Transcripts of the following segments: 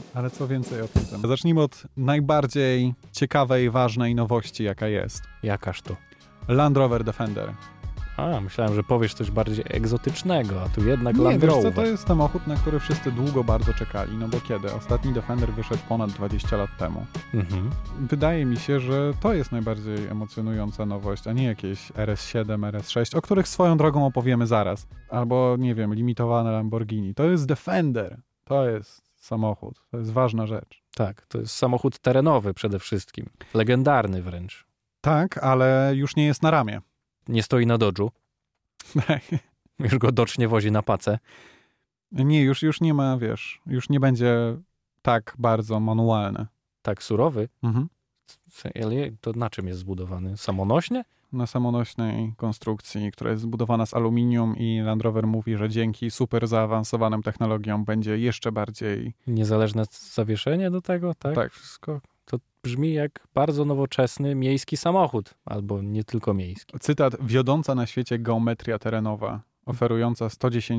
Ale co więcej o tym? Zacznijmy od najbardziej ciekawej, ważnej nowości, jaka jest. Jakaż to? Land Rover Defender. A, myślałem, że powiesz coś bardziej egzotycznego, a tu jednak Nie, Land wiesz Rover. co, to jest samochód, na który wszyscy długo bardzo czekali. No bo kiedy? Ostatni Defender wyszedł ponad 20 lat temu. Mhm. Wydaje mi się, że to jest najbardziej emocjonująca nowość, a nie jakieś RS7, RS6, o których swoją drogą opowiemy zaraz. Albo, nie wiem, limitowane Lamborghini. To jest Defender. To jest samochód. To jest ważna rzecz. Tak, to jest samochód terenowy przede wszystkim. Legendarny wręcz. Tak, ale już nie jest na ramię. Nie stoi na Dodżu. Już go Dodge nie wozi na pacę. Nie, już nie ma, wiesz, już nie będzie tak bardzo manualny. Tak surowy. Mhm. Ale to na czym jest zbudowany? Samonośnie? Na samonośnej konstrukcji, która jest zbudowana z aluminium i Land Rover mówi, że dzięki super zaawansowanym technologiom będzie jeszcze bardziej... Niezależne zawieszenie do tego, tak? Tak. Wszystko. To brzmi jak bardzo nowoczesny miejski samochód. Albo nie tylko miejski. Cytat: wiodąca na świecie geometria terenowa, oferująca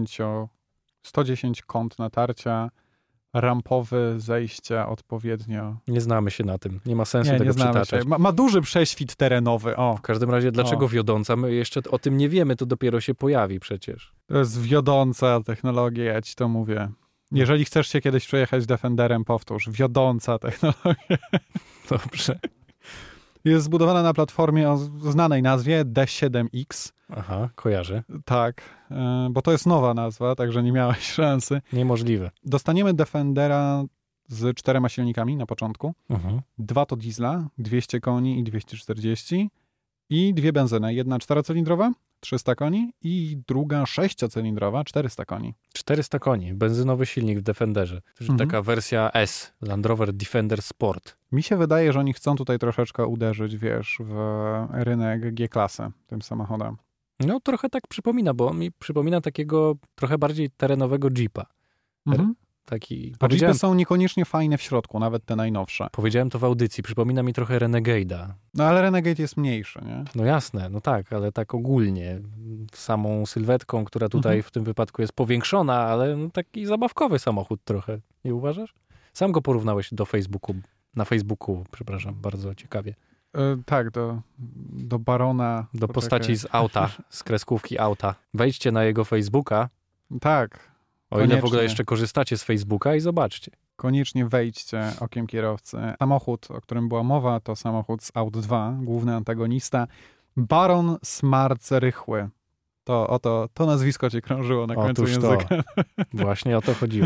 110 kąt natarcia, rampowe zejścia odpowiednio. Nie znamy się na tym. Nie ma sensu tego nie znamy przytaczać. się. Ma duży prześwit terenowy. O. W każdym razie, dlaczego wiodąca? My jeszcze o tym nie wiemy, to dopiero się pojawi przecież. To jest wiodąca technologia, ja ci to mówię. Jeżeli chcesz się kiedyś przejechać Defenderem, powtórz. Wiodąca technologia. Dobrze. Jest zbudowana na platformie o znanej nazwie D7X. Aha, kojarzę. Tak, bo to jest nowa nazwa, także nie miałeś szansy. Niemożliwe. Dostaniemy Defendera z 4 silnikami na początku. 2 to diesla, 200 koni i 240. I 2 benzyny. Jedna 4-cylindrowa, 300 koni i druga 6-cylindrowa, 400 koni. 400 koni, benzynowy silnik w Defenderze. To jest taka wersja S, Land Rover Defender Sport. Mi się wydaje, że oni chcą tutaj troszeczkę uderzyć, wiesz, w rynek G-klasy tym samochodem. No trochę tak przypomina, bo mi przypomina takiego trochę bardziej terenowego Jeepa. Taki, a Jeepy są niekoniecznie fajne w środku, nawet te najnowsze. Powiedziałem to w audycji, przypomina mi trochę Renegade'a. No ale Renegade jest mniejszy, nie? No jasne, no tak, ale tak ogólnie. Samą sylwetką, która tutaj w tym wypadku jest powiększona, ale no taki zabawkowy samochód trochę, nie uważasz? Sam go porównałeś na Facebooku, przepraszam, bardzo ciekawie. Tak, do Barona. Do postaci z auta, z kreskówki auta. Wejdźcie na jego Facebooka. Tak. O ile w ogóle jeszcze korzystacie z Facebooka i zobaczcie. Koniecznie wejdźcie okiem kierowcy. Samochód, o którym była mowa, to samochód z Aut 2, główny antagonista. Baron Smarce Rychły. To nazwisko cię krążyło na końcu języka. Właśnie o to chodziło.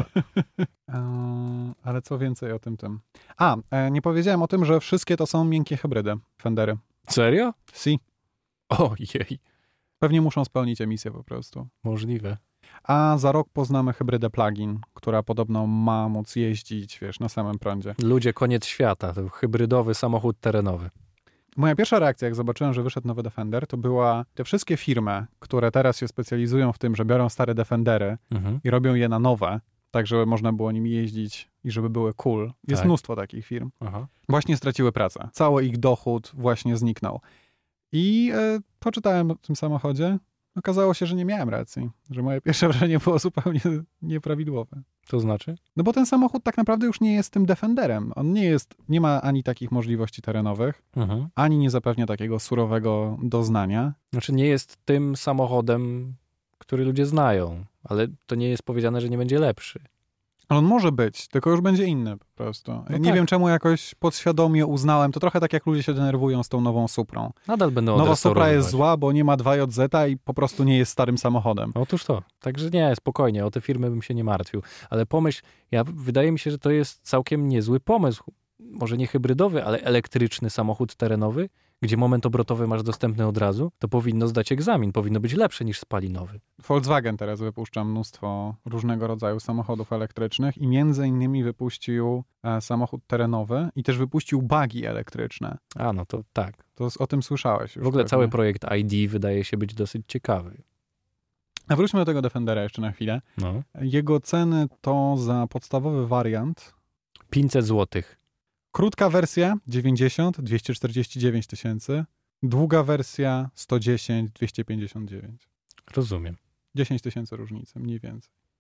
Ale co więcej o tym? Nie powiedziałem o tym, że wszystkie to są miękkie hybrydy, Fendery. Serio? Si. Ojej. Pewnie muszą spełnić emisję po prostu. Możliwe. A za rok poznamy hybrydę plug-in, która podobno ma móc jeździć, wiesz, na samym prądzie. Ludzie, koniec świata. To hybrydowy samochód terenowy. Moja pierwsza reakcja, jak zobaczyłem, że wyszedł nowy Defender, to była te wszystkie firmy, które teraz się specjalizują w tym, że biorą stare Defendery i robią je na nowe, tak żeby można było nimi jeździć i żeby były cool. Jest mnóstwo takich firm. Właśnie straciły pracę. Cały ich dochód właśnie zniknął. I poczytałem o tym samochodzie. Okazało się, że nie miałem racji, że moje pierwsze wrażenie było zupełnie nieprawidłowe. To znaczy? No bo ten samochód tak naprawdę już nie jest tym Defenderem. On nie ma ani takich możliwości terenowych, ani nie zapewnia takiego surowego doznania. Znaczy nie jest tym samochodem, który ludzie znają, ale to nie jest powiedziane, że nie będzie lepszy. Ale on może być, tylko już będzie inny po prostu. No nie wiem, czemu jakoś podświadomie uznałem. To trochę tak jak ludzie się denerwują z tą nową Suprą. Nadal będą Nowa Supra jest zła, bo nie ma 2JZ i po prostu nie jest starym samochodem. Otóż to. Także nie, spokojnie, o te firmy bym się nie martwił. Ale pomyśl, wydaje mi się, że to jest całkiem niezły pomysł. Może nie hybrydowy, ale elektryczny samochód terenowy, gdzie moment obrotowy masz dostępny od razu, to powinno zdać egzamin, powinno być lepsze niż spalinowy. Volkswagen teraz wypuszcza mnóstwo różnego rodzaju samochodów elektrycznych i między innymi wypuścił samochód terenowy i też wypuścił buggy elektryczne. A, no to tak. To o tym słyszałeś już. W ogóle pewnie. Cały projekt ID wydaje się być dosyć ciekawy. A wróćmy do tego Defendera jeszcze na chwilę. No. Jego ceny to za podstawowy wariant 500 zł. Krótka wersja 90, 249 tysięcy. Długa wersja 110, 259. Rozumiem. 10 tysięcy różnicy, mniej więcej.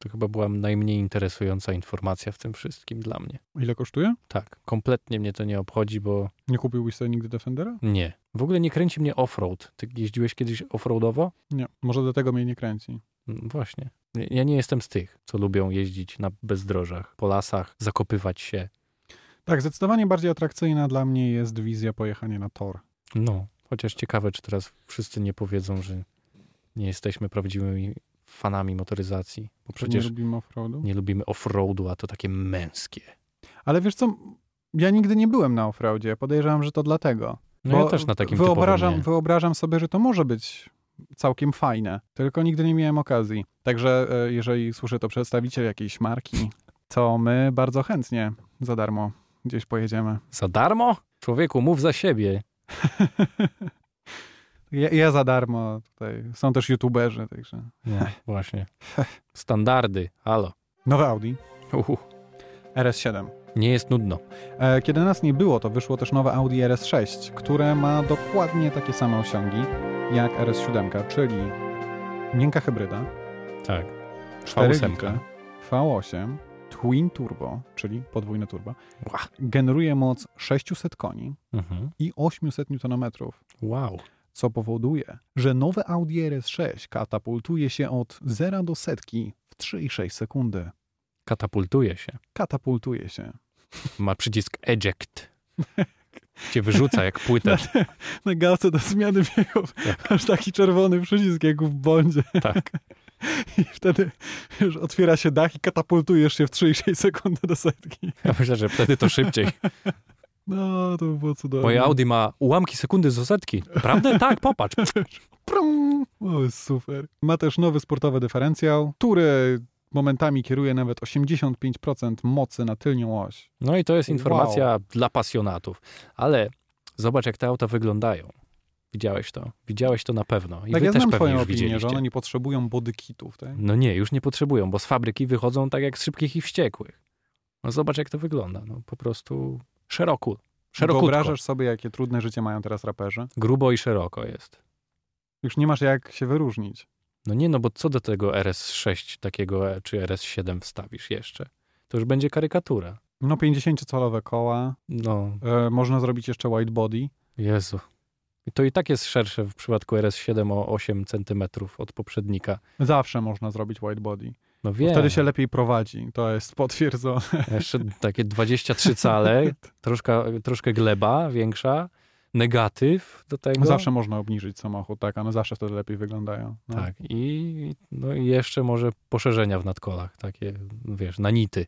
To chyba była najmniej interesująca informacja w tym wszystkim dla mnie. Ile kosztuje? Tak, kompletnie mnie to nie obchodzi, bo... Nie kupiłbyś sobie nigdy Defendera? Nie. W ogóle nie kręci mnie offroad. Ty jeździłeś kiedyś offroadowo? Nie, może dlatego mnie nie kręci. Właśnie. Ja nie jestem z tych, co lubią jeździć na bezdrożach, po lasach, zakopywać się. Tak, zdecydowanie bardziej atrakcyjna dla mnie jest wizja pojechania na tor. No, chociaż ciekawe, czy teraz wszyscy nie powiedzą, że nie jesteśmy prawdziwymi fanami motoryzacji. Bo przecież nie lubimy offroadu? Nie lubimy offroadu, a to takie męskie. Ale wiesz co, ja nigdy nie byłem na offroadzie. Podejrzewam, że to dlatego. No ja też na takim wyobrażam sobie, że to może być całkiem fajne, tylko nigdy nie miałem okazji. Także jeżeli słyszę to przedstawiciel jakiejś marki, to my bardzo chętnie za darmo gdzieś pojedziemy. Za darmo? Człowieku, mów za siebie. Ja za darmo tutaj. Są też youtuberzy, także... No, właśnie. Standardy, halo. Nowe Audi. RS7. Nie jest nudno. Kiedy nas nie było, to wyszło też nowe Audi RS6, które ma dokładnie takie same osiągi jak RS7, czyli miękka hybryda. Tak. 4 litry, V8, Twin Turbo, czyli podwójne turbo. Generuje moc 600 koni i 800 Nm. Wow. Co powoduje, że nowe Audi RS6 katapultuje się od 0 do setki w 3,6 sekundy. Katapultuje się. Katapultuje się. Ma przycisk eject. Cię wyrzuca jak płytę. Na gałce do zmiany biegów. Tak. Masz taki czerwony przycisk jak w Bondzie. Tak. I wtedy już otwiera się dach i katapultujesz się w 3,6 sekundy do setki. Ja myślę, że wtedy to szybciej. No, to by było cudowne. Moje Audi ma ułamki sekundy do setki. Prawda? Tak, popatrz. O, jest super. Ma też nowy sportowy dyferencjał, który momentami kieruje nawet 85% mocy na tylnią oś. No i to jest informacja dla pasjonatów. Ale zobacz, jak te auta wyglądają. Widziałeś to? Widziałeś to na pewno. I tak, wy ja też znam pewnie twoją już opinię, widzieliście. że one nie potrzebują bodykitów, tak? No nie, już nie potrzebują, bo z fabryki wychodzą tak jak z szybkich i wściekłych. No zobacz, jak to wygląda. No po prostu szerokutko. Wyobrażasz sobie, jakie trudne życie mają teraz raperzy? Grubo i szeroko jest. Już nie masz jak się wyróżnić. No nie, no bo co do tego RS6 takiego, czy RS7 wstawisz jeszcze? To już będzie karykatura. No 50-calowe koła. No. Można zrobić jeszcze wide body. Jezu. I to i tak jest szersze w przypadku RS7 o 8 cm od poprzednika. Zawsze można zrobić wide body. No wiem. Wtedy się lepiej prowadzi. To jest potwierdzone. Jeszcze takie 23 cale, troszkę gleba większa, negatyw do tego. No zawsze można obniżyć samochód, tak? One zawsze wtedy lepiej wyglądają. No. Tak. I jeszcze może poszerzenia w nadkolach, takie, wiesz, na nity.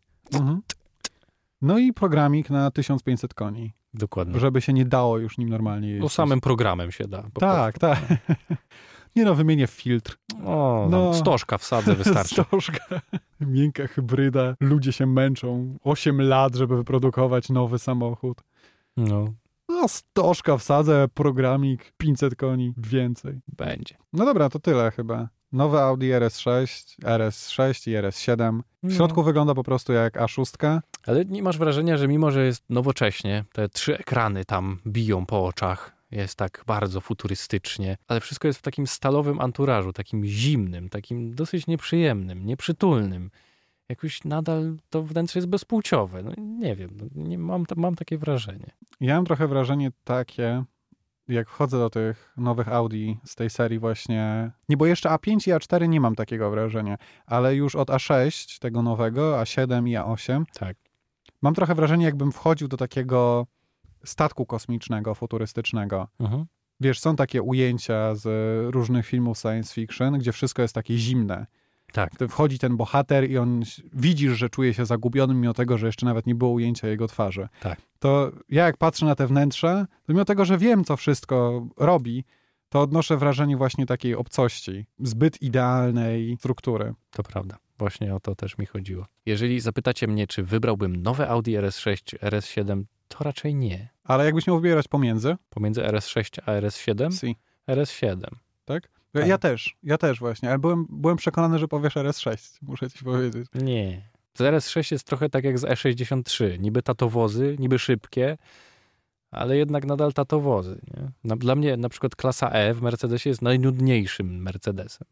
No i programik na 1500 koni. Dokładnie. Żeby się nie dało już nim normalnie jeździć. No samym programem się da. Tak, tak. Nie no, wymienię filtr. O, no, stożka wsadzę, wystarczy. Stożka. Miękka hybryda. Ludzie się męczą 8 lat, żeby wyprodukować nowy samochód. No, stożka wsadzę, programik, 500 koni, więcej. Będzie. No dobra, to tyle chyba. Nowe Audi RS6 i RS7. W środku wygląda po prostu jak A6. Ale nie masz wrażenia, że mimo, że jest nowocześnie, te 3 ekrany tam biją po oczach, jest tak bardzo futurystycznie, ale wszystko jest w takim stalowym anturażu, takim zimnym, takim dosyć nieprzyjemnym, nieprzytulnym. Jakoś nadal to wnętrze jest bezpłciowe. No nie wiem, mam takie wrażenie. Ja mam trochę wrażenie takie, jak wchodzę do tych nowych Audi z tej serii właśnie, nie, bo jeszcze A5 i A4 nie mam takiego wrażenia, ale już od A6, tego nowego, A7 i A8, tak. Mam trochę wrażenie, jakbym wchodził do takiego statku kosmicznego, futurystycznego. Wiesz, są takie ujęcia z różnych filmów science fiction, gdzie wszystko jest takie zimne. Tak. Wchodzi ten bohater i on widzisz, że czuje się zagubiony, mimo tego, że jeszcze nawet nie było ujęcia jego twarzy. Tak. To ja jak patrzę na te wnętrza, to mimo tego, że wiem, co wszystko robi, to odnoszę wrażenie właśnie takiej obcości, zbyt idealnej struktury. To prawda. Właśnie o to też mi chodziło. Jeżeli zapytacie mnie, czy wybrałbym nowe Audi RS6, RS7, to raczej nie. Ale jakbyś miał wybierać pomiędzy? Pomiędzy RS6 a RS7? Si. RS7. Tak? Ja też właśnie, ale byłem przekonany, że powiesz RS6, muszę ci powiedzieć. Nie. Z RS6 jest trochę tak jak z E63. Niby tatowozy, niby szybkie, ale jednak nadal tatowozy. Nie? Dla mnie na przykład klasa E w Mercedesie jest najnudniejszym Mercedesem.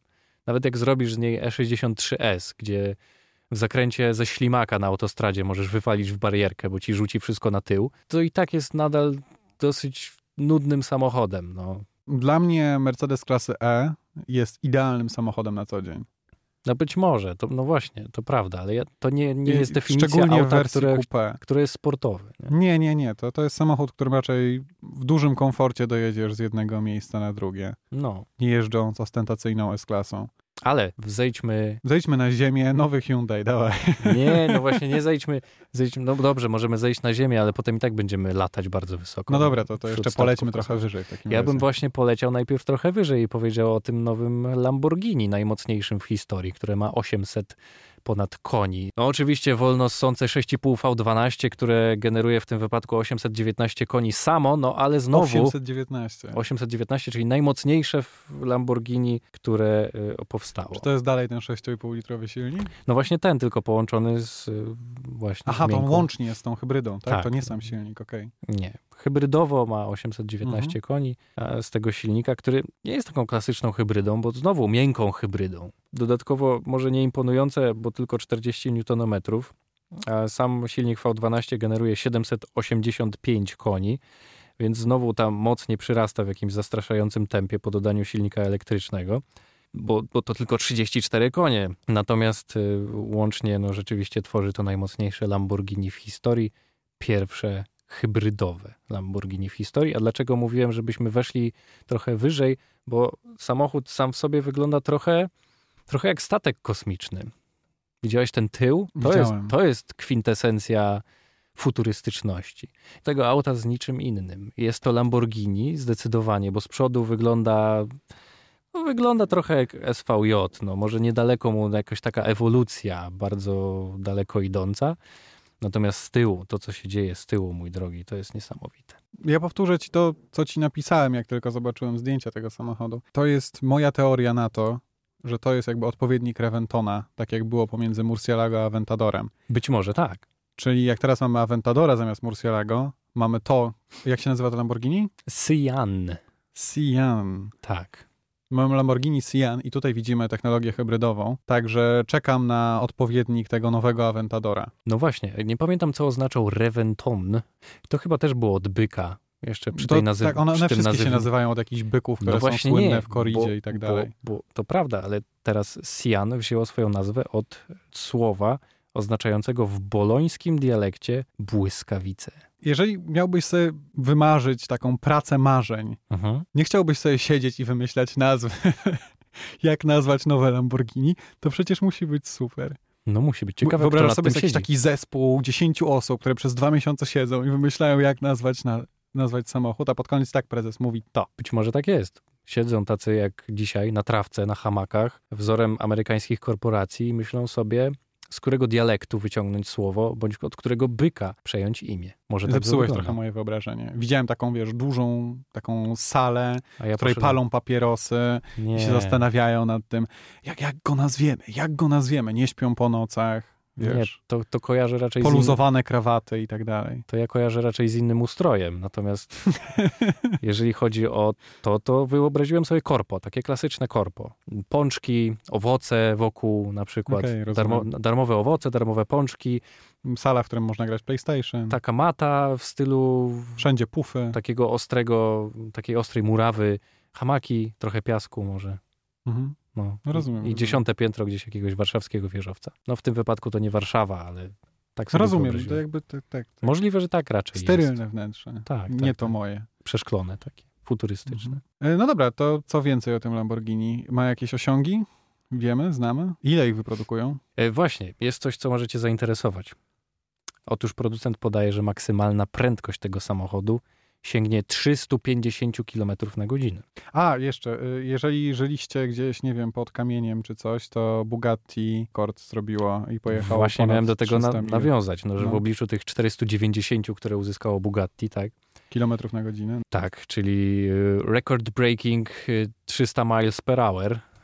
Nawet jak zrobisz z niej E63S, gdzie w zakręcie ze ślimaka na autostradzie możesz wywalić w barierkę, bo ci rzuci wszystko na tył, to i tak jest nadal dosyć nudnym samochodem. No. Dla mnie Mercedes klasy E jest idealnym samochodem na co dzień. No być może, to, właśnie, to prawda, ale to nie jest definicja szczególnie auta, w wersji coupé. które jest sportowy. Nie. To jest samochód, którym raczej w dużym komforcie dojedziesz z jednego miejsca na drugie. No. Nie jeżdżąc ostentacyjną S-klasą. Ale zejdźmy na ziemię, nowy Hyundai, dawaj. Nie, no właśnie nie zejdźmy, no dobrze, możemy zejść na ziemię, ale potem i tak będziemy latać bardzo wysoko. No dobra, to jeszcze polećmy trochę wyżej w takim razie. Ja bym właśnie poleciał najpierw trochę wyżej i powiedział o tym nowym Lamborghini, najmocniejszym w historii, które ma 800 ponad koni. No oczywiście wolno ssące 6,5 V12, które generuje w tym wypadku 819 koni samo, no ale znowu... 819, czyli najmocniejsze w Lamborghini, które powstało. Czy to jest dalej ten 6,5 litrowy silnik? No właśnie ten, tylko połączony z właśnie Aha, to łącznie z tą hybrydą, tak? To nie sam silnik, okej. Nie. Hybrydowo ma 819 koni z tego silnika, który nie jest taką klasyczną hybrydą, bo znowu miękką hybrydą. Dodatkowo może nie imponujące, bo tylko 40 Nm, a sam silnik V12 generuje 785 koni, więc znowu ta moc nie przyrasta w jakimś zastraszającym tempie po dodaniu silnika elektrycznego, bo to tylko 34 konie. Natomiast łącznie rzeczywiście tworzy to najmocniejsze Lamborghini w historii, pierwsze hybrydowe Lamborghini w historii. A dlaczego mówiłem, żebyśmy weszli trochę wyżej? Bo samochód sam w sobie wygląda trochę jak statek kosmiczny. Widziałeś ten tył? To jest kwintesencja futurystyczności. Tego auta z niczym innym. Jest to Lamborghini zdecydowanie, bo z przodu wygląda trochę jak SVJ. No, może niedaleko mu jakaś taka ewolucja bardzo daleko idąca. Natomiast z tyłu, to co się dzieje z tyłu, mój drogi, to jest niesamowite. Ja powtórzę ci to, co ci napisałem, jak tylko zobaczyłem zdjęcia tego samochodu. To jest moja teoria na to, że to jest jakby odpowiednik Reventona, tak jak było pomiędzy Murcielago a Aventadorem. Być może tak. Czyli jak teraz mamy Aventadora zamiast Murcielago, mamy to, jak się nazywa to Lamborghini? Sian. Tak. Mamy Lamborghini Sian i tutaj widzimy technologię hybrydową, także czekam na odpowiednik tego nowego Aventadora. No właśnie, nie pamiętam co oznaczał Reventon. To chyba też było od byka. Jeszcze przy tej nazwie. Tak, one wszystkie się nazywają od jakichś byków, które są słynne w korridzie i tak dalej. Bo to prawda, ale teraz Sian wzięło swoją nazwę od słowa oznaczającego w bolońskim dialekcie błyskawice. Jeżeli miałbyś sobie wymarzyć taką pracę marzeń, nie chciałbyś sobie siedzieć i wymyślać nazwy, jak nazwać nowe Lamborghini, to przecież musi być super. No musi być ciekawe, Wyobrażasz sobie jakiś taki zespół 10 osób, które przez 2 miesiące siedzą i wymyślają, jak nazwać samochód, a pod koniec tak prezes mówi to. Być może tak jest. Siedzą tacy jak dzisiaj na trawce, na hamakach, wzorem amerykańskich korporacji i myślą sobie, z którego dialektu wyciągnąć słowo, bądź od którego byka przejąć imię. Może tak zepsułeś trochę moje wyobrażenie. Widziałem taką, dużą taką salę, w której palą papierosy i się zastanawiają nad tym, jak go nazwiemy. Nie śpią po nocach. Wiesz, nie, to kojarzę raczej poluzowane krawaty i tak dalej. To ja kojarzę raczej z innym ustrojem. Natomiast jeżeli chodzi o to wyobraziłem sobie korpo, takie klasyczne korpo. Pączki, owoce wokół na przykład. Darmowe owoce, darmowe pączki. Sala, w którym można grać PlayStation. Taka mata w stylu... Wszędzie pufy. Takiej ostrej murawy. Hamaki, trochę piasku może. Mhm. No, rozumiem. I 10. piętro gdzieś jakiegoś warszawskiego wieżowca. No w tym wypadku to nie Warszawa, ale tak sobie rozumiem, to jakby tak. Możliwe, że tak raczej sterylne jest. wnętrze. Tak. To moje. Przeszklone takie, futurystyczne. No dobra, to co więcej o tym Lamborghini? Ma jakieś osiągi? Wiemy, znamy? Ile ich wyprodukują? Właśnie, jest coś, co możecie zainteresować. Otóż producent podaje, że maksymalna prędkość tego samochodu sięgnie 350 km na godzinę. A, jeszcze, jeżeli żyliście gdzieś, nie wiem, pod kamieniem czy coś, to Bugatti Cord zrobiło i pojechało. Właśnie miałem do tego nawiązać, że w obliczu tych 490, które uzyskało Bugatti, tak? Kilometrów na godzinę. Tak, czyli record breaking 300 miles per hour.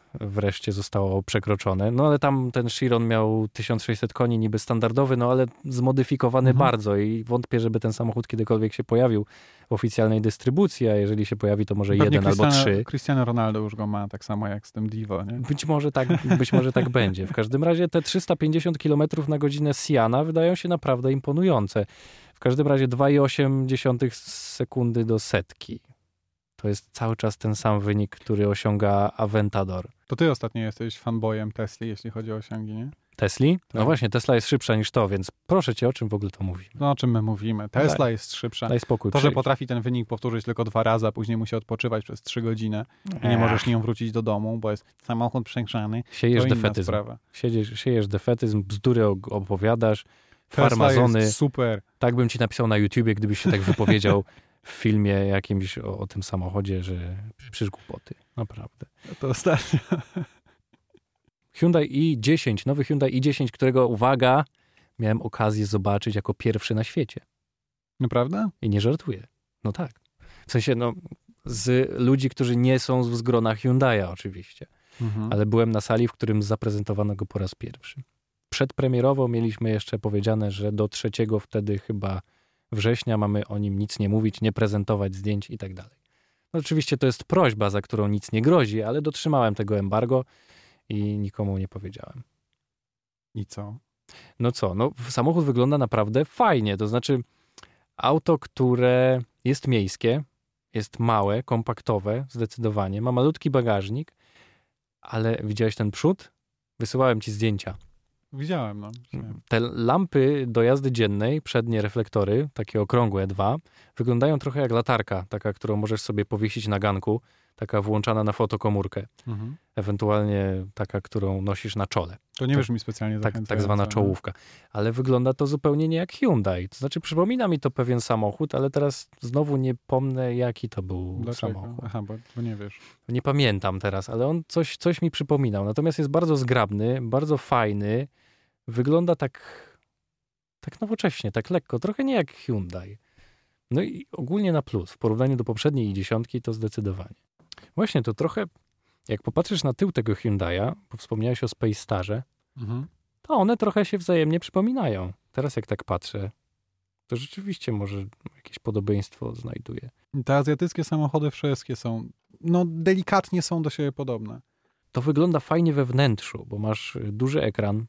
wreszcie zostało przekroczone. No ale tam ten Chiron miał 1600 koni niby standardowy, no ale zmodyfikowany bardzo i wątpię, żeby ten samochód kiedykolwiek się pojawił w oficjalnej dystrybucji, a jeżeli się pojawi, to może pewnie 1 albo 3. Cristiano Ronaldo już go ma, tak samo jak z tym Divo, nie? Być może tak będzie. W każdym razie te 350 km na godzinę Siana wydają się naprawdę imponujące. W każdym razie 2,8 sekundy do setki. To jest cały czas ten sam wynik, który osiąga Aventador. To ty ostatnio jesteś fanboyem Tesli, jeśli chodzi o osiągi, nie? Tesli? Tak. No właśnie, Tesla jest szybsza niż to, więc proszę cię, o czym w ogóle to mówimy? No o czym my mówimy? Tesla jest szybsza. Daj spokój. To, że potrafi ten wynik powtórzyć tylko 2 razy, a później musi odpoczywać przez 3 godziny i nie możesz nią wrócić do domu, bo jest samochód przegrzany, siejesz to inna defetyzm. sprawa. Siejesz defetyzm, bzdury opowiadasz, Tesla farmazony. jest super. Tak bym ci napisał na YouTubie, gdybyś się tak wypowiedział w filmie jakimś o tym samochodzie, że przysz głupoty. Naprawdę. To ostatnio. Hyundai i10, nowy Hyundai i10, którego, uwaga, miałem okazję zobaczyć jako pierwszy na świecie. Naprawdę? I nie żartuję. No tak. W sensie, no, z ludzi, którzy nie są z grona Hyundai'a oczywiście. Ale byłem na sali, w którym zaprezentowano go po raz pierwszy. Przedpremierowo mieliśmy jeszcze powiedziane, że do 3 wtedy chyba września mamy o nim nic nie mówić, nie prezentować zdjęć i tak dalej. No oczywiście to jest prośba, za którą nic nie grozi, ale dotrzymałem tego embargo i nikomu nie powiedziałem. I co? No co? No samochód wygląda naprawdę fajnie. To znaczy auto, które jest miejskie, jest małe, kompaktowe, zdecydowanie. Ma malutki bagażnik, ale widziałeś ten przód? Wysyłałem ci zdjęcia. Widziałem, no. Te lampy do jazdy dziennej, przednie reflektory, takie okrągłe 2, wyglądają trochę jak latarka, taka, którą możesz sobie powiesić na ganku, taka włączana na fotokomórkę. Ewentualnie taka, którą nosisz na czole. To nie wiesz mi specjalnie zachęcające. Tak zwana czołówka. Ale wygląda to zupełnie nie jak Hyundai. To znaczy przypomina mi to pewien samochód, ale teraz znowu nie pomnę, jaki to był samochód. Aha, bo nie wiesz. Nie pamiętam teraz, ale on coś mi przypominał. Natomiast jest bardzo zgrabny, bardzo fajny. Wygląda tak nowocześnie, tak lekko. Trochę nie jak Hyundai. No i ogólnie na plus. W porównaniu do poprzedniej i10 to zdecydowanie. Właśnie to trochę, jak popatrzysz na tył tego Hyundai'a, bo wspomniałeś o Space Starze, to one trochę się wzajemnie przypominają. Teraz jak tak patrzę, to rzeczywiście może jakieś podobieństwo znajduję. Te azjatyckie samochody wszystkie są, no delikatnie są do siebie podobne. To wygląda fajnie we wnętrzu, bo masz duży ekran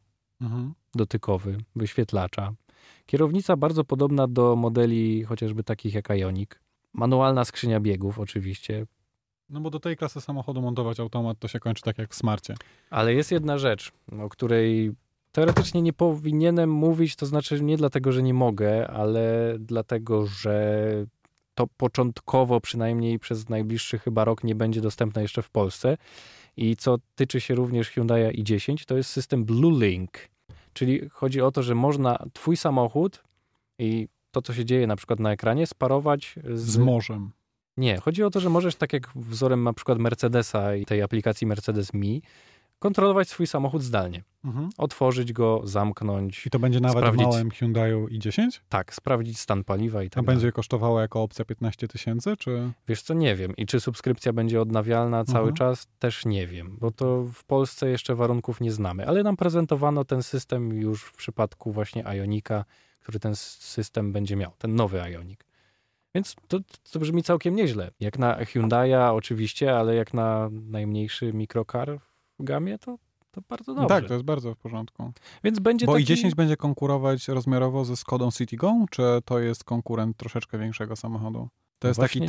dotykowy, wyświetlacza. Kierownica bardzo podobna do modeli chociażby takich jak Ioniq. Manualna skrzynia biegów oczywiście. No bo do tej klasy samochodu montować automat to się kończy tak jak w Smarcie. Ale jest jedna rzecz, o której teoretycznie nie powinienem mówić, to znaczy nie dlatego, że nie mogę, ale dlatego, że to początkowo, przynajmniej przez najbliższy chyba rok, nie będzie dostępne jeszcze w Polsce. I co tyczy się również Hyundai'a i10, to jest system Blue Link. Czyli chodzi o to, że można twój samochód i to, co się dzieje na przykład na ekranie, sparować z morzem. Nie, chodzi o to, że możesz, tak jak wzorem na przykład Mercedesa i tej aplikacji Mercedes Mi, kontrolować swój samochód zdalnie. Otworzyć go, zamknąć. I to będzie nawet w małym Hyundai'u i10? Tak, sprawdzić stan paliwa i tak dalej. A będzie kosztowało jako opcja 15 000, czy? Wiesz co, nie wiem. I czy subskrypcja będzie odnawialna cały czas? Też nie wiem, bo to w Polsce jeszcze warunków nie znamy. Ale nam prezentowano ten system już w przypadku właśnie Ioniqa, który ten system będzie miał, ten nowy Ioniq. Więc to brzmi całkiem nieźle. Jak na Hyundai'a oczywiście, ale jak na najmniejszy mikrocar w gamie, to bardzo dobrze. Tak, to jest bardzo w porządku. Więc będzie Bo i10 będzie konkurować rozmiarowo ze Skodą Citigo, czy to jest konkurent troszeczkę większego samochodu? To jest taki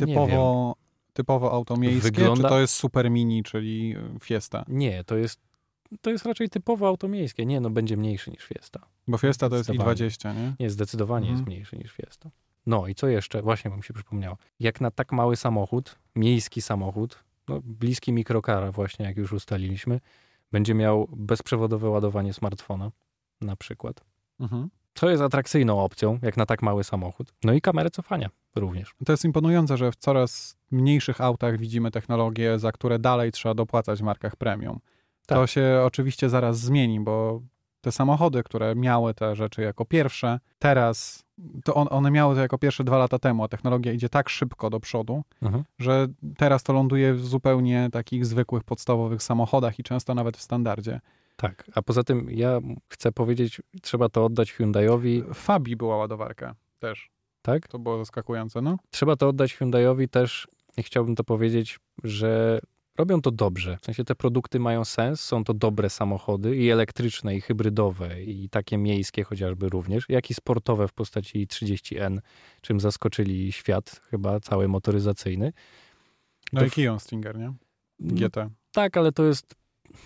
typowo auto miejskie, czy to jest Super Mini, czyli Fiesta? Nie, to jest raczej typowo auto miejskie. Nie, no będzie mniejszy niż Fiesta. Bo Fiesta to jest i20, nie? Nie, zdecydowanie jest mniejszy niż Fiesta. No i co jeszcze? Właśnie wam się przypomniało. Jak na tak mały samochód, miejski samochód, no bliski mikrokara właśnie, jak już ustaliliśmy, będzie miał bezprzewodowe ładowanie smartfona na przykład. Co jest atrakcyjną opcją, jak na tak mały samochód. No i kamerę cofania również. To jest imponujące, że w coraz mniejszych autach widzimy technologie, za które dalej trzeba dopłacać w markach premium. Tak. To się oczywiście zaraz zmieni, bo te samochody, które miały te rzeczy jako pierwsze, teraz, to one miały to jako pierwsze 2 lata temu, a technologia idzie tak szybko do przodu, że teraz to ląduje w zupełnie takich zwykłych, podstawowych samochodach i często nawet w standardzie. Tak, a poza tym ja chcę powiedzieć, trzeba to oddać Hyundaiowi. W Fabii była ładowarka też. Tak? To było zaskakujące, no. Trzeba to oddać Hyundaiowi też i chciałbym to powiedzieć, że robią to dobrze. W sensie te produkty mają sens, są to dobre samochody i elektryczne, i hybrydowe, i takie miejskie chociażby również, jak i sportowe w postaci 30N, czym zaskoczyli świat, chyba cały motoryzacyjny. No i Kia Stinger, nie? GT. No, tak, ale to jest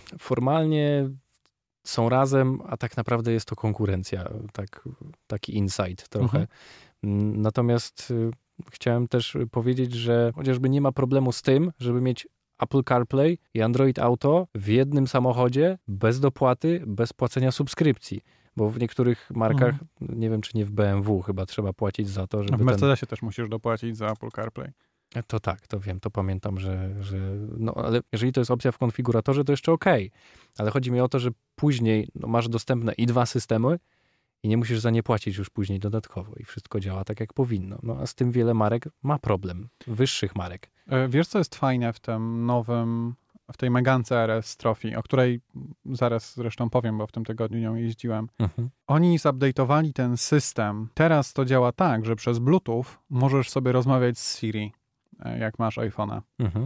formalnie są razem, a tak naprawdę jest to konkurencja, taki insight trochę. Natomiast chciałem też powiedzieć, że chociażby nie ma problemu z tym, żeby mieć Apple CarPlay i Android Auto w jednym samochodzie, bez dopłaty, bez płacenia subskrypcji. Bo w niektórych markach, nie wiem czy nie w BMW, chyba trzeba płacić za to, żeby... W Mercedesie też musisz dopłacić za Apple CarPlay. To tak, to wiem, to pamiętam, że no ale jeżeli to jest opcja w konfiguratorze, to jeszcze okej. Ale chodzi mi o to, że później masz dostępne i 2 systemy i nie musisz za nie płacić już później dodatkowo i wszystko działa tak, jak powinno. No a z tym wiele marek ma problem, wyższych marek. Wiesz, co jest fajne w tym nowym, w tej Megance RS Trophy, o której zaraz zresztą powiem, bo w tym tygodniu nią jeździłem. Oni zupdate'owali ten system. Teraz to działa tak, że przez Bluetooth możesz sobie rozmawiać z Siri, jak masz iPhone'a.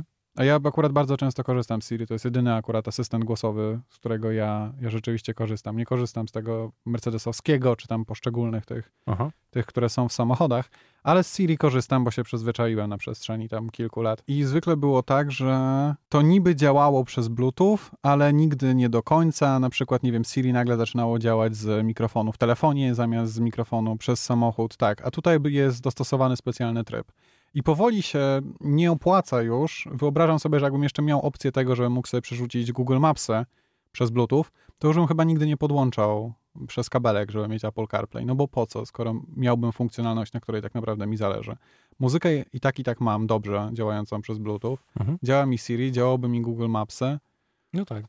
A ja akurat bardzo często korzystam z Siri. To jest jedyny akurat asystent głosowy, z którego ja rzeczywiście korzystam. Nie korzystam z tego mercedesowskiego, czy tam poszczególnych tych, które są w samochodach, ale z Siri korzystam, bo się przyzwyczaiłem na przestrzeni tam kilku lat. I zwykle było tak, że to niby działało przez Bluetooth, ale nigdy nie do końca. Na przykład, nie wiem, Siri nagle zaczynało działać z mikrofonu w telefonie zamiast z mikrofonu przez samochód. Tak, a tutaj jest dostosowany specjalny tryb. I powoli się nie opłaca już. Wyobrażam sobie, że jakbym jeszcze miał opcję tego, żebym mógł sobie przerzucić Google Maps'y przez Bluetooth, to już bym chyba nigdy nie podłączał przez kabelek, żeby mieć Apple CarPlay. No bo po co, skoro miałbym funkcjonalność, na której tak naprawdę mi zależy. Muzykę i tak mam dobrze działającą przez Bluetooth. Działa mi Siri, działałoby mi Google Maps'y. No tak.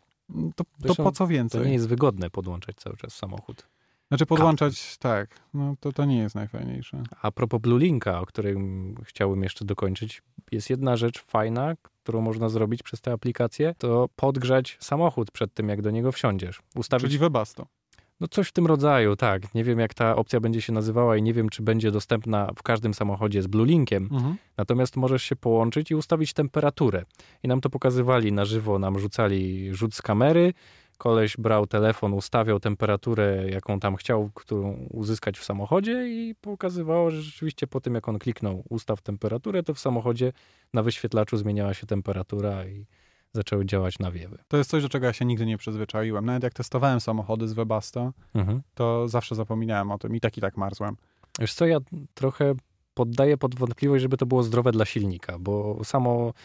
To po co więcej? To nie jest wygodne podłączać cały czas samochód. Znaczy podłączać, tak, no to nie jest najfajniejsze. A propos Blue Linka, o którym chciałbym jeszcze dokończyć, jest jedna rzecz fajna, którą można zrobić przez tę aplikację, to podgrzać samochód przed tym, jak do niego wsiądziesz. Czyli Webasto. No coś w tym rodzaju, tak. Nie wiem, jak ta opcja będzie się nazywała i nie wiem, czy będzie dostępna w każdym samochodzie z Blue Linkiem. Natomiast możesz się połączyć i ustawić temperaturę. I nam to pokazywali na żywo, nam rzucali rzut z kamery. Koleś brał telefon, ustawiał temperaturę, jaką tam chciał, którą uzyskać w samochodzie i pokazywało, że rzeczywiście po tym, jak on kliknął ustaw temperaturę, to w samochodzie na wyświetlaczu zmieniała się temperatura i zaczęły działać nawiewy. To jest coś, do czego ja się nigdy nie przyzwyczaiłem. Nawet jak testowałem samochody z Webasto, to zawsze zapominałem o tym i tak marzłem. Wiesz co, ja trochę poddaję pod wątpliwość, żeby to było zdrowe dla silnika, bo samo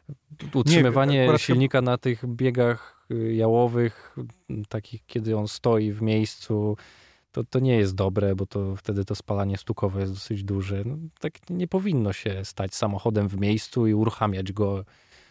utrzymywanie silnika na tych biegach jałowych, takich kiedy on stoi w miejscu, to nie jest dobre, bo to wtedy to spalanie stukowe jest dosyć duże. No, tak nie powinno się stać samochodem w miejscu i uruchamiać go,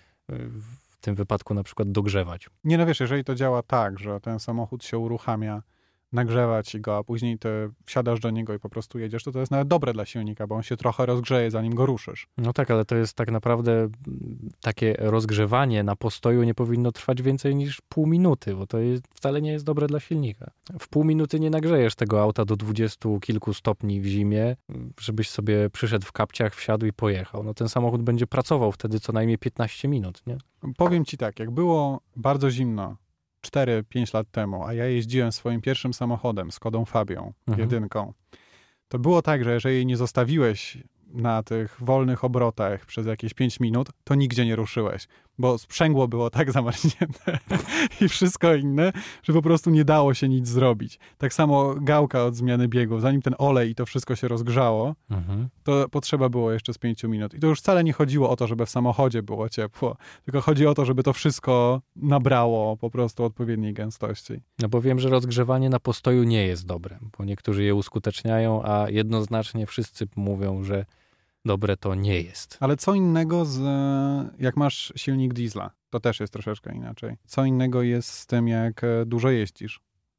w tym wypadku na przykład dogrzewać. Nie, no wiesz, jeżeli to działa tak, że ten samochód się uruchamia, nagrzewać go, a później ty wsiadasz do niego i po prostu jedziesz, to jest nawet dobre dla silnika, bo on się trochę rozgrzeje, zanim go ruszysz. No tak, ale to jest tak naprawdę takie rozgrzewanie na postoju nie powinno trwać więcej niż pół minuty, bo to wcale nie jest dobre dla silnika. W pół minuty nie nagrzejesz tego auta do 20 kilku stopni w zimie, żebyś sobie przyszedł w kapciach, wsiadł i pojechał. No ten samochód będzie pracował wtedy co najmniej 15 minut, nie? Powiem ci tak, jak było bardzo zimno 4-5 lat temu, a ja jeździłem swoim pierwszym samochodem, Skodą Fabią, jedynką, to było tak, że jeżeli nie zostawiłeś na tych wolnych obrotach przez jakieś 5 minut, to nigdzie nie ruszyłeś, bo sprzęgło było tak zamarznięte i wszystko inne, że po prostu nie dało się nic zrobić. Tak samo gałka od zmiany biegów, zanim ten olej i to wszystko się rozgrzało, to potrzeba było jeszcze z 5 minut. I to już wcale nie chodziło o to, żeby w samochodzie było ciepło, tylko chodzi o to, żeby to wszystko nabrało po prostu odpowiedniej gęstości. No bo wiem, że rozgrzewanie na postoju nie jest dobre, bo niektórzy je uskuteczniają, a jednoznacznie wszyscy mówią, że dobre to nie jest. Ale co innego jak masz silnik diesla, to też jest troszeczkę inaczej. Co innego jest z tym, jak dużo jeździsz.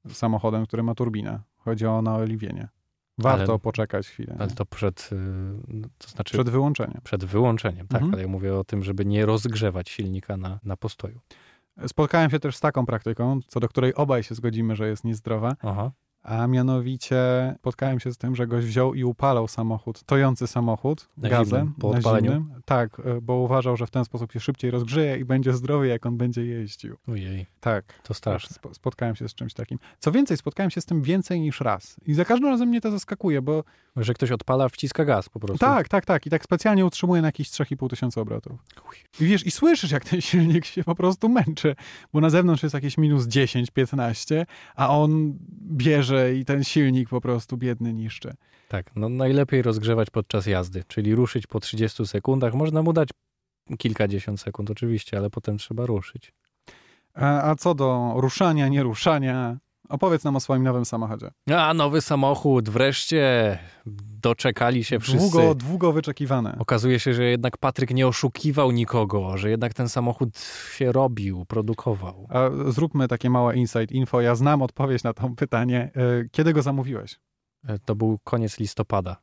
samochodem, który ma turbinę. Chodzi o naoliwienie. Warto poczekać chwilę. Ale to to znaczy... Przed wyłączeniem. Przed wyłączeniem, tak, ale ja mówię o tym, żeby nie rozgrzewać silnika na postoju. Spotkałem się też z taką praktyką, co do której obaj się zgodzimy, że jest niezdrowa. Aha. A mianowicie spotkałem się z tym, że gość wziął i upalał samochód, tojący samochód gazem po odpaleniu. zimnym. Tak, bo uważał, że w ten sposób się szybciej rozgrzeje i będzie zdrowy, jak on będzie jeździł. Ojej, tak. To straszne. Spotkałem się z czymś takim. Co więcej, spotkałem się z tym więcej niż raz. I za każdym razem mnie to zaskakuje, bo... Że ktoś odpala, wciska gaz po prostu. Tak. I tak specjalnie utrzymuje na jakieś 3500 obrotów. I wiesz, i słyszysz, jak ten silnik się po prostu męczy, bo na zewnątrz jest jakieś minus 10, 15, a on bierze i ten silnik po prostu biedny niszczy. Tak, no najlepiej rozgrzewać podczas jazdy, czyli ruszyć po 30 sekundach. Można mu dać kilkadziesiąt sekund oczywiście, ale potem trzeba ruszyć. A co do ruszania, nieruszania, opowiedz nam o swoim nowym samochodzie. A, nowy samochód, wreszcie doczekali się wszyscy. Długo wyczekiwane. Okazuje się, że jednak Patryk nie oszukiwał nikogo, że jednak ten samochód się robił, produkował. A zróbmy takie małe inside info. Ja znam odpowiedź na to pytanie. Kiedy go zamówiłeś? To był koniec listopada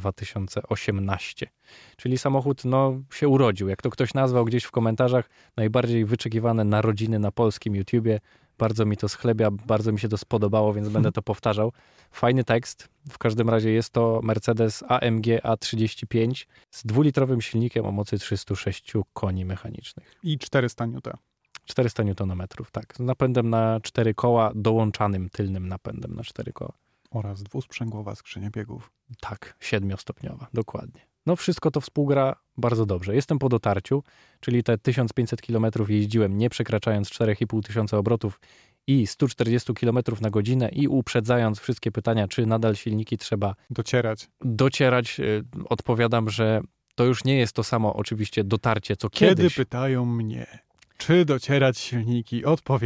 2018. Czyli samochód się urodził. Jak to ktoś nazwał gdzieś w komentarzach, najbardziej wyczekiwane narodziny na polskim YouTubie. Bardzo mi to schlebia, bardzo mi się to spodobało, więc będę to powtarzał. Fajny tekst. W każdym razie jest to Mercedes AMG A35 z 2-litrowym silnikiem o mocy 306 koni mechanicznych. I 400 N. 400 Nm, tak. Z napędem na 4 koła, dołączanym tylnym napędem na 4 koła. Oraz dwusprzęgłowa skrzynia biegów. Tak, 7-stopniowa, dokładnie. No wszystko to współgra bardzo dobrze. Jestem po dotarciu, czyli te 1500 km jeździłem nie przekraczając 4500 obrotów i 140 km na godzinę i uprzedzając wszystkie pytania, czy nadal silniki trzeba docierać. Odpowiadam, że to już nie jest to samo oczywiście dotarcie, co kiedyś. Kiedy pytają mnie, czy docierać silniki,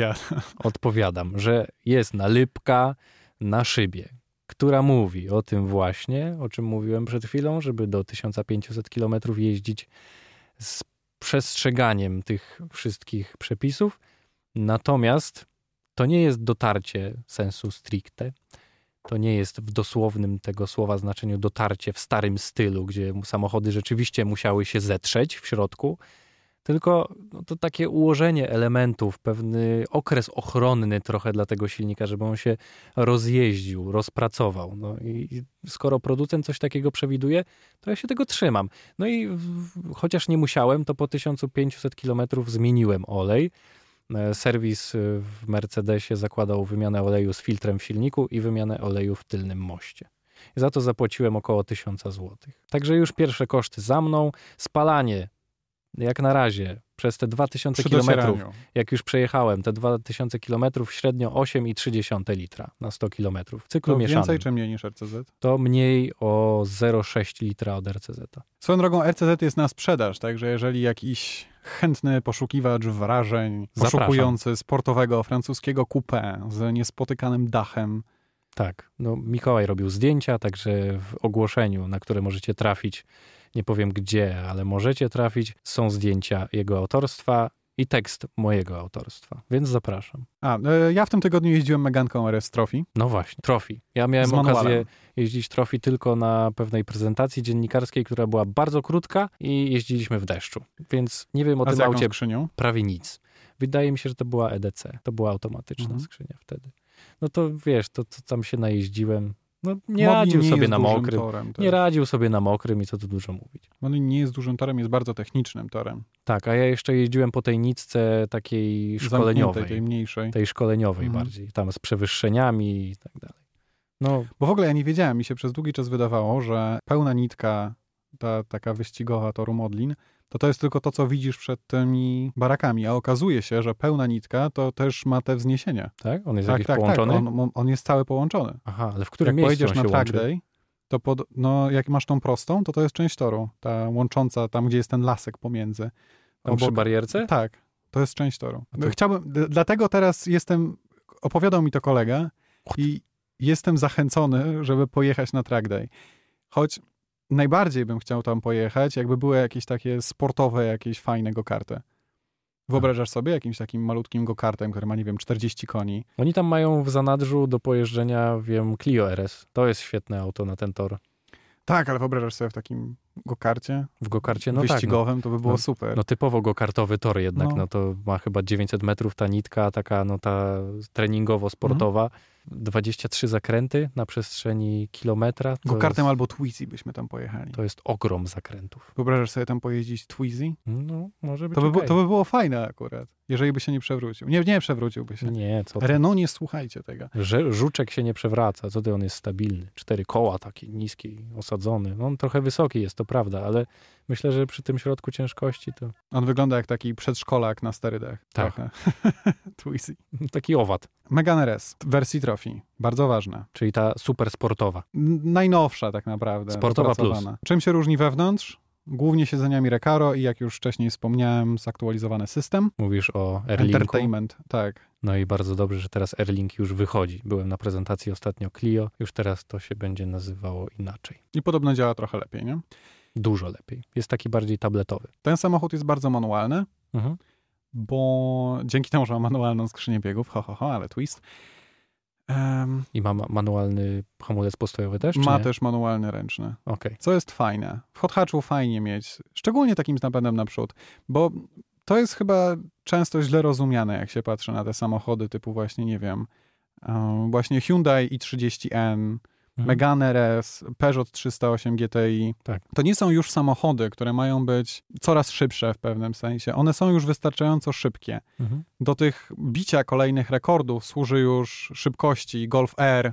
Odpowiadam, że jest nalipka na szybie, która mówi o tym właśnie, o czym mówiłem przed chwilą, żeby do 1500 km jeździć z przestrzeganiem tych wszystkich przepisów. Natomiast to nie jest dotarcie sensu stricte. To nie jest w dosłownym tego słowa znaczeniu dotarcie w starym stylu, gdzie samochody rzeczywiście musiały się zetrzeć w środku, tylko to takie ułożenie elementów, pewny okres ochronny trochę dla tego silnika, żeby on się rozjeździł, rozpracował. No i skoro producent coś takiego przewiduje, to ja się tego trzymam. No i chociaż nie musiałem, to po 1500 km zmieniłem olej. Serwis w Mercedesie zakładał wymianę oleju z filtrem w silniku i wymianę oleju w tylnym moście. I za to zapłaciłem około 1000 zł. Także już pierwsze koszty za mną. Spalanie jak na razie przez te 2000 km, jak już przejechałem, te 2000 km średnio 8,3 litra na 100 km w cyklu mieszanym. Więcej czy mniej niż RCZ? To mniej o 0,6 litra od RCZ. Swoją drogą RCZ jest na sprzedaż, także jeżeli jakiś chętny poszukiwacz wrażeń, poszukujący sportowego francuskiego coupé z niespotykanym dachem. Tak, Mikołaj robił zdjęcia, także w ogłoszeniu, na które możecie trafić, nie powiem gdzie, ale możecie trafić, są zdjęcia jego autorstwa i tekst mojego autorstwa, więc zapraszam. Ja w tym tygodniu jeździłem Meganką RS Trophy. No właśnie, Trophy. Ja miałem okazję jeździć Trophy tylko na pewnej prezentacji dziennikarskiej, która była bardzo krótka i jeździliśmy w deszczu, więc nie wiem o tym aucie skrzynią? Prawie nic. Wydaje mi się, że to była EDC, to była automatyczna skrzynia wtedy. No to wiesz, to tam się najeździłem. Nie radził sobie na mokrym. Nie radził sobie na mokrym i co tu dużo mówić. On nie jest dużym torem, jest bardzo technicznym torem. Tak, a ja jeszcze jeździłem po tej nitce takiej szkoleniowej. Tej mniejszej. Tej szkoleniowej bardziej. Tam z przewyższeniami i tak dalej. Bo w ogóle ja nie wiedziałem, mi się przez długi czas wydawało, że pełna nitka, ta taka wyścigowa toru Modlin, to jest tylko to, co widzisz przed tymi barakami, a okazuje się, że pełna nitka to też ma te wzniesienia. Tak? On jest jakiś połączony? Tak. On jest cały połączony. Aha, ale w którym miejscu pojedziesz na track day, to jak masz tą prostą, to jest część toru, ta łącząca tam, gdzie jest ten lasek pomiędzy. Tam przy barierce? Tak, to jest część toru. Dlatego teraz opowiadał mi to kolega i jestem zachęcony, żeby pojechać na track day. Choć najbardziej bym chciał tam pojechać, jakby były jakieś takie sportowe, jakieś fajne go-karty. Wyobrażasz sobie jakimś takim malutkim go-kartem, który ma, nie wiem, 40 koni? Oni tam mają w zanadrzu do pojeżdżenia, wiem, Clio RS. To jest świetne auto na ten tor. Tak, ale wyobrażasz sobie w takim go-karcie? W go-karcie, no wyścigowym, tak. To by było super. No typowo go-kartowy tor jednak, no to ma chyba 900 metrów ta nitka, taka no ta treningowo-sportowa. 23 zakręty na przestrzeni kilometra. Go-kartem albo Twizy byśmy tam pojechali. To jest ogrom zakrętów. Wyobrażasz sobie tam pojeździć Twizy? No, może być to by było fajne akurat, jeżeli by się nie przewrócił. Nie przewróciłby się. Nie, co ty? Renault, nie słuchajcie tego. Żuczek się nie przewraca. Co ty, on jest stabilny. 4 koła takie niskie, osadzony. No, on trochę wysoki jest, to prawda, ale myślę, że przy tym środku ciężkości to... On wygląda jak taki przedszkolak na sterydach. Tak. Trochę. Taki owad. Megane RS w wersji Trophy. Bardzo ważna. Czyli ta super sportowa. Najnowsza tak naprawdę. Sportowa plus. Czym się różni wewnątrz? Głównie siedzeniami Recaro i jak już wcześniej wspomniałem, zaktualizowany system. Mówisz o Airlinku? Entertainment, tak. No i bardzo dobrze, że teraz Airlink już wychodzi. Byłem na prezentacji ostatnio Clio. Już teraz to się będzie nazywało inaczej. I podobno działa trochę lepiej, nie? Dużo lepiej. Jest taki bardziej tabletowy. Ten samochód jest bardzo manualny, bo dzięki temu, że ma manualną skrzynię biegów, ale twist. I ma manualny hamulec postojowy też? Ma nie? też manualny ręczny. Okay. Co jest fajne. W hot hatchu fajnie mieć, szczególnie takim z napędem naprzód, bo to jest chyba często źle rozumiane, jak się patrzy na te samochody typu właśnie, nie wiem, właśnie Hyundai i30N, Megane RS, Peugeot 308 GTI. Tak. To nie są już samochody, które mają być coraz szybsze w pewnym sensie. One są już wystarczająco szybkie. Do tych bicia kolejnych rekordów służy już szybkości Golf R,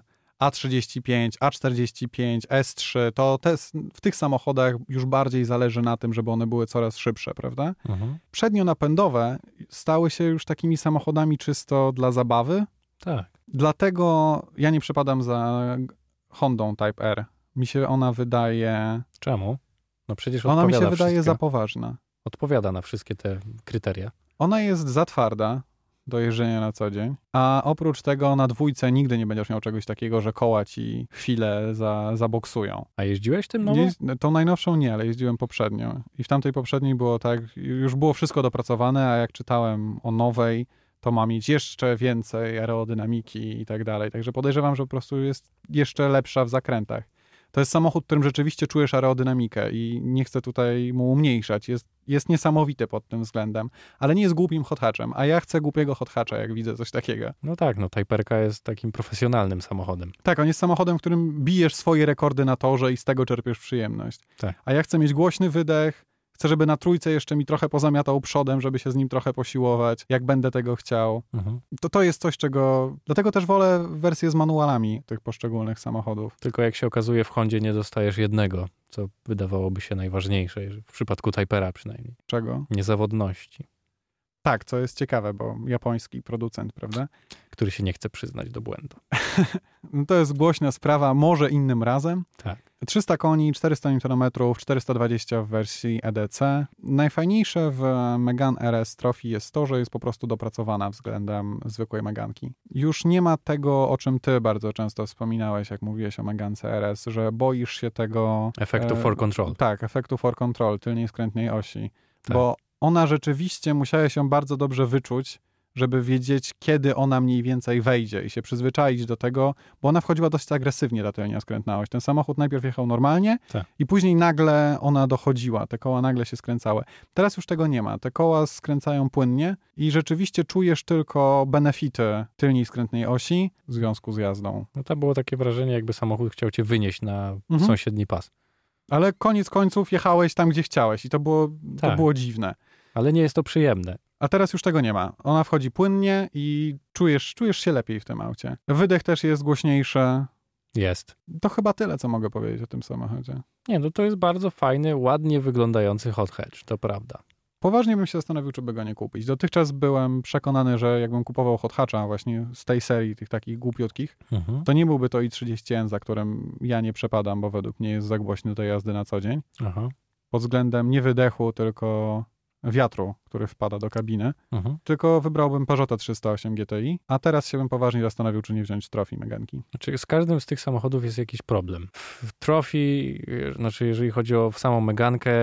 A35, A45, S3. To w tych samochodach już bardziej zależy na tym, żeby one były coraz szybsze, prawda? Przednionapędowe stały się już takimi samochodami czysto dla zabawy. Tak. Dlatego ja nie przepadam za Hondą Type R. Mi się ona wydaje... Czemu? No przecież ona mi się wszystkie. Wydaje za poważna. Odpowiada na wszystkie te kryteria. Ona jest za twarda do jeżdżenia na co dzień, a oprócz tego na dwójce nigdy nie będziesz miał czegoś takiego, że koła ci chwilę zaboksują. A jeździłeś tym nową? Tą najnowszą nie, ale jeździłem poprzednią. I w tamtej poprzedniej było tak, już było wszystko dopracowane, a jak czytałem o nowej, to ma mieć jeszcze więcej aerodynamiki i tak dalej. Także podejrzewam, że po prostu jest jeszcze lepsza w zakrętach. To jest samochód, którym rzeczywiście czujesz aerodynamikę i nie chcę tutaj mu umniejszać. Jest niesamowity pod tym względem, ale nie jest głupim hot hatchem, a ja chcę głupiego hot hatcha, jak widzę coś takiego. No tak, no Type-R jest takim profesjonalnym samochodem. Tak, on jest samochodem, w którym bijesz swoje rekordy na torze i z tego czerpiesz przyjemność. Tak. A ja chcę mieć głośny wydech, chcę, żeby na trójce jeszcze mi trochę pozamiatał przodem, żeby się z nim trochę posiłować, jak będę tego chciał. To jest coś, czego... Dlatego też wolę wersję z manualami tych poszczególnych samochodów. Tylko jak się okazuje, w Hondzie nie dostajesz jednego, co wydawałoby się najważniejsze, w przypadku Type-R przynajmniej. Czego? Niezawodności. Tak, co jest ciekawe, bo japoński producent, prawda? Który się nie chce przyznać do błędu. To jest głośna sprawa, może innym razem. Tak. 300 koni, 400 Nm, 420 w wersji EDC. Najfajniejsze w Megane RS Trophy jest to, że jest po prostu dopracowana względem zwykłej Meganki. Już nie ma tego, o czym ty bardzo często wspominałeś, jak mówiłeś o Megance RS, że boisz się tego... Efektu for control. Tak, efektu for control, tylnej skrętnej osi. Tak. Bo ona rzeczywiście musiała się bardzo dobrze wyczuć, żeby wiedzieć, kiedy ona mniej więcej wejdzie i się przyzwyczaić do tego, bo ona wchodziła dość agresywnie, ta tylnia skrętna oś. Ten samochód najpierw jechał normalnie i później nagle ona dochodziła, te koła nagle się skręcały. Teraz już tego nie ma. Te koła skręcają płynnie i rzeczywiście czujesz tylko benefity tylnej skrętnej osi w związku z jazdą. No to było takie wrażenie, jakby samochód chciał cię wynieść na sąsiedni pas. Ale koniec końców jechałeś tam, gdzie chciałeś i to było dziwne. Ale nie jest to przyjemne. A teraz już tego nie ma. Ona wchodzi płynnie i czujesz się lepiej w tym aucie. Wydech też jest głośniejszy. Jest. To chyba tyle, co mogę powiedzieć o tym samochodzie. Nie, no to jest bardzo fajny, ładnie wyglądający hot hatch, to prawda. Poważnie bym się zastanowił, czy by go nie kupić. Dotychczas byłem przekonany, że jakbym kupował hot hatcha właśnie z tej serii, tych takich głupiutkich, to nie byłby to i30N, za którym ja nie przepadam, bo według mnie jest za głośny do jazdy na co dzień. Pod względem nie wydechu, tylko wiatru, który wpada do kabiny, tylko wybrałbym Peugeota 308 GTI, a teraz się bym poważnie zastanowił, czy nie wziąć Trophy Meganki. Znaczy z każdym z tych samochodów jest jakiś problem. W Trophy, znaczy jeżeli chodzi o samą Megankę,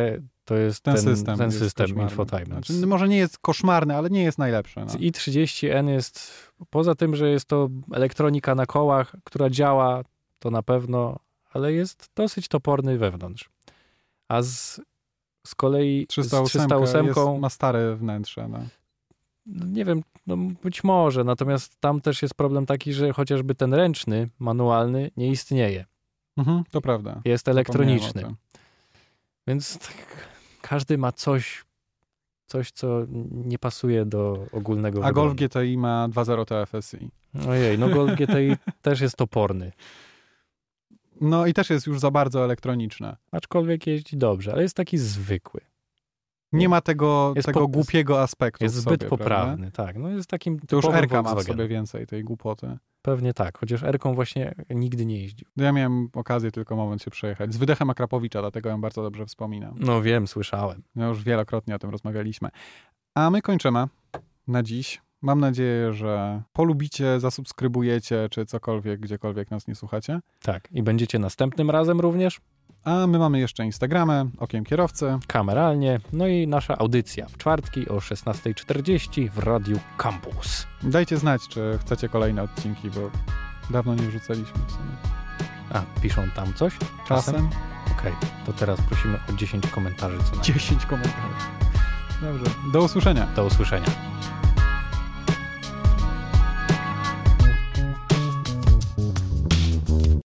To jest ten system infotainment. Znaczy, może nie jest koszmarny, ale nie jest najlepszy. No. i30N jest, poza tym, że jest to elektronika na kołach, która działa, to na pewno, ale jest dosyć toporny wewnątrz. A z kolei 308 ma stare wnętrze. No. Nie wiem, no być może, natomiast tam też jest problem taki, że chociażby ten ręczny, manualny nie istnieje. To prawda. Jest elektroniczny. Więc tak, każdy ma coś, co nie pasuje do ogólnego wyglądu. Golf GTI ma 2.0 TFSI. Ojej, no Golf GTI też jest toporny. No i też jest już za bardzo elektroniczne. Aczkolwiek jeździ dobrze, ale jest taki zwykły. Nie ma tego głupiego aspektu. Jest zbyt poprawny, tak. No jest takim to już R-ka ma w sobie więcej tej głupoty. Pewnie tak, chociaż R-ką właśnie nigdy nie jeździł. Ja miałem okazję tylko moment się przejechać. Z wydechem Akrapowicza, dlatego ją bardzo dobrze wspominam. No wiem, słyszałem. No już wielokrotnie o tym rozmawialiśmy. A my kończymy na dziś. Mam nadzieję, że polubicie, zasubskrybujecie, czy cokolwiek, gdziekolwiek nas nie słuchacie. Tak, i będziecie następnym razem również. A my mamy jeszcze Instagramy, Okiem Kierowcy. Kameralnie, no i nasza audycja w czwartki o 16:40 w Radiu Campus. Dajcie znać, czy chcecie kolejne odcinki, bo dawno nie wrzucaliśmy w sumie. A, piszą tam coś? Czasem? Okej, to teraz prosimy o 10 komentarzy co najmniej. 10 komentarzy. Dobrze, do usłyszenia. Do usłyszenia.